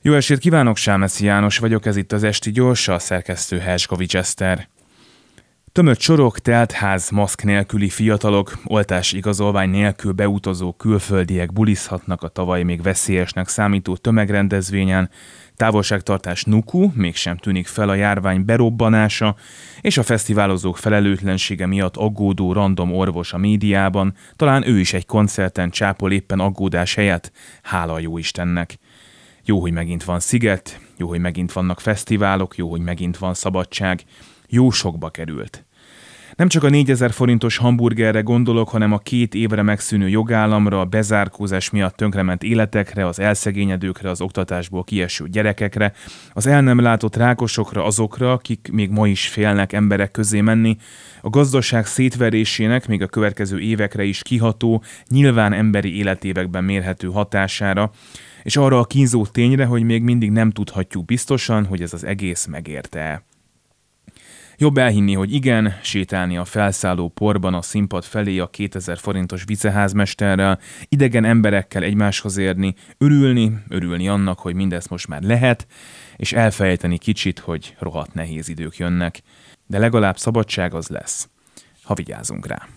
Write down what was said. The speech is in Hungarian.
Jó estét kívánok, Sámeszi János vagyok, ez itt az Esti Gyors, a szerkesztő Herskovics Eszter. Tömött sorok, teltház, maszk nélküli fiatalok, oltás igazolvány nélkül beutazó külföldiek bulizhatnak a tavaly még veszélyesnek számító tömegrendezvényen, távolságtartás nuku, mégsem tűnik fel a járvány berobbanása, és a fesztiválozók felelőtlensége miatt aggódó random orvos a médiában, talán ő is egy koncerten csápol éppen aggódás helyett, hála a jóistennek. Jó, hogy megint van sziget, jó, hogy megint vannak fesztiválok, jó, hogy megint van szabadság, jó sokba került. Nem csak a 4000 forintos hamburgerre gondolok, hanem a 2 évre megszűnő jogállamra, a bezárkózás miatt tönkrement életekre, az elszegényedőkre, az oktatásból kieső gyerekekre, az el nem látott rákosokra, azokra, akik még ma is félnek emberek közé menni, a gazdaság szétverésének még a következő évekre is kiható, nyilván emberi életévekben mérhető hatására, és arra a kínzó tényre, hogy még mindig nem tudhatjuk biztosan, hogy ez az egész megérte-e. Jobb elhinni, hogy igen, sétálni a felszálló porban a színpad felé a 2000 forintos viceházmesterrel, idegen emberekkel egymáshoz érni, örülni annak, hogy mindezt most már lehet, és elfelejteni kicsit, hogy rohadt nehéz idők jönnek. De legalább szabadság az lesz, ha vigyázunk rá.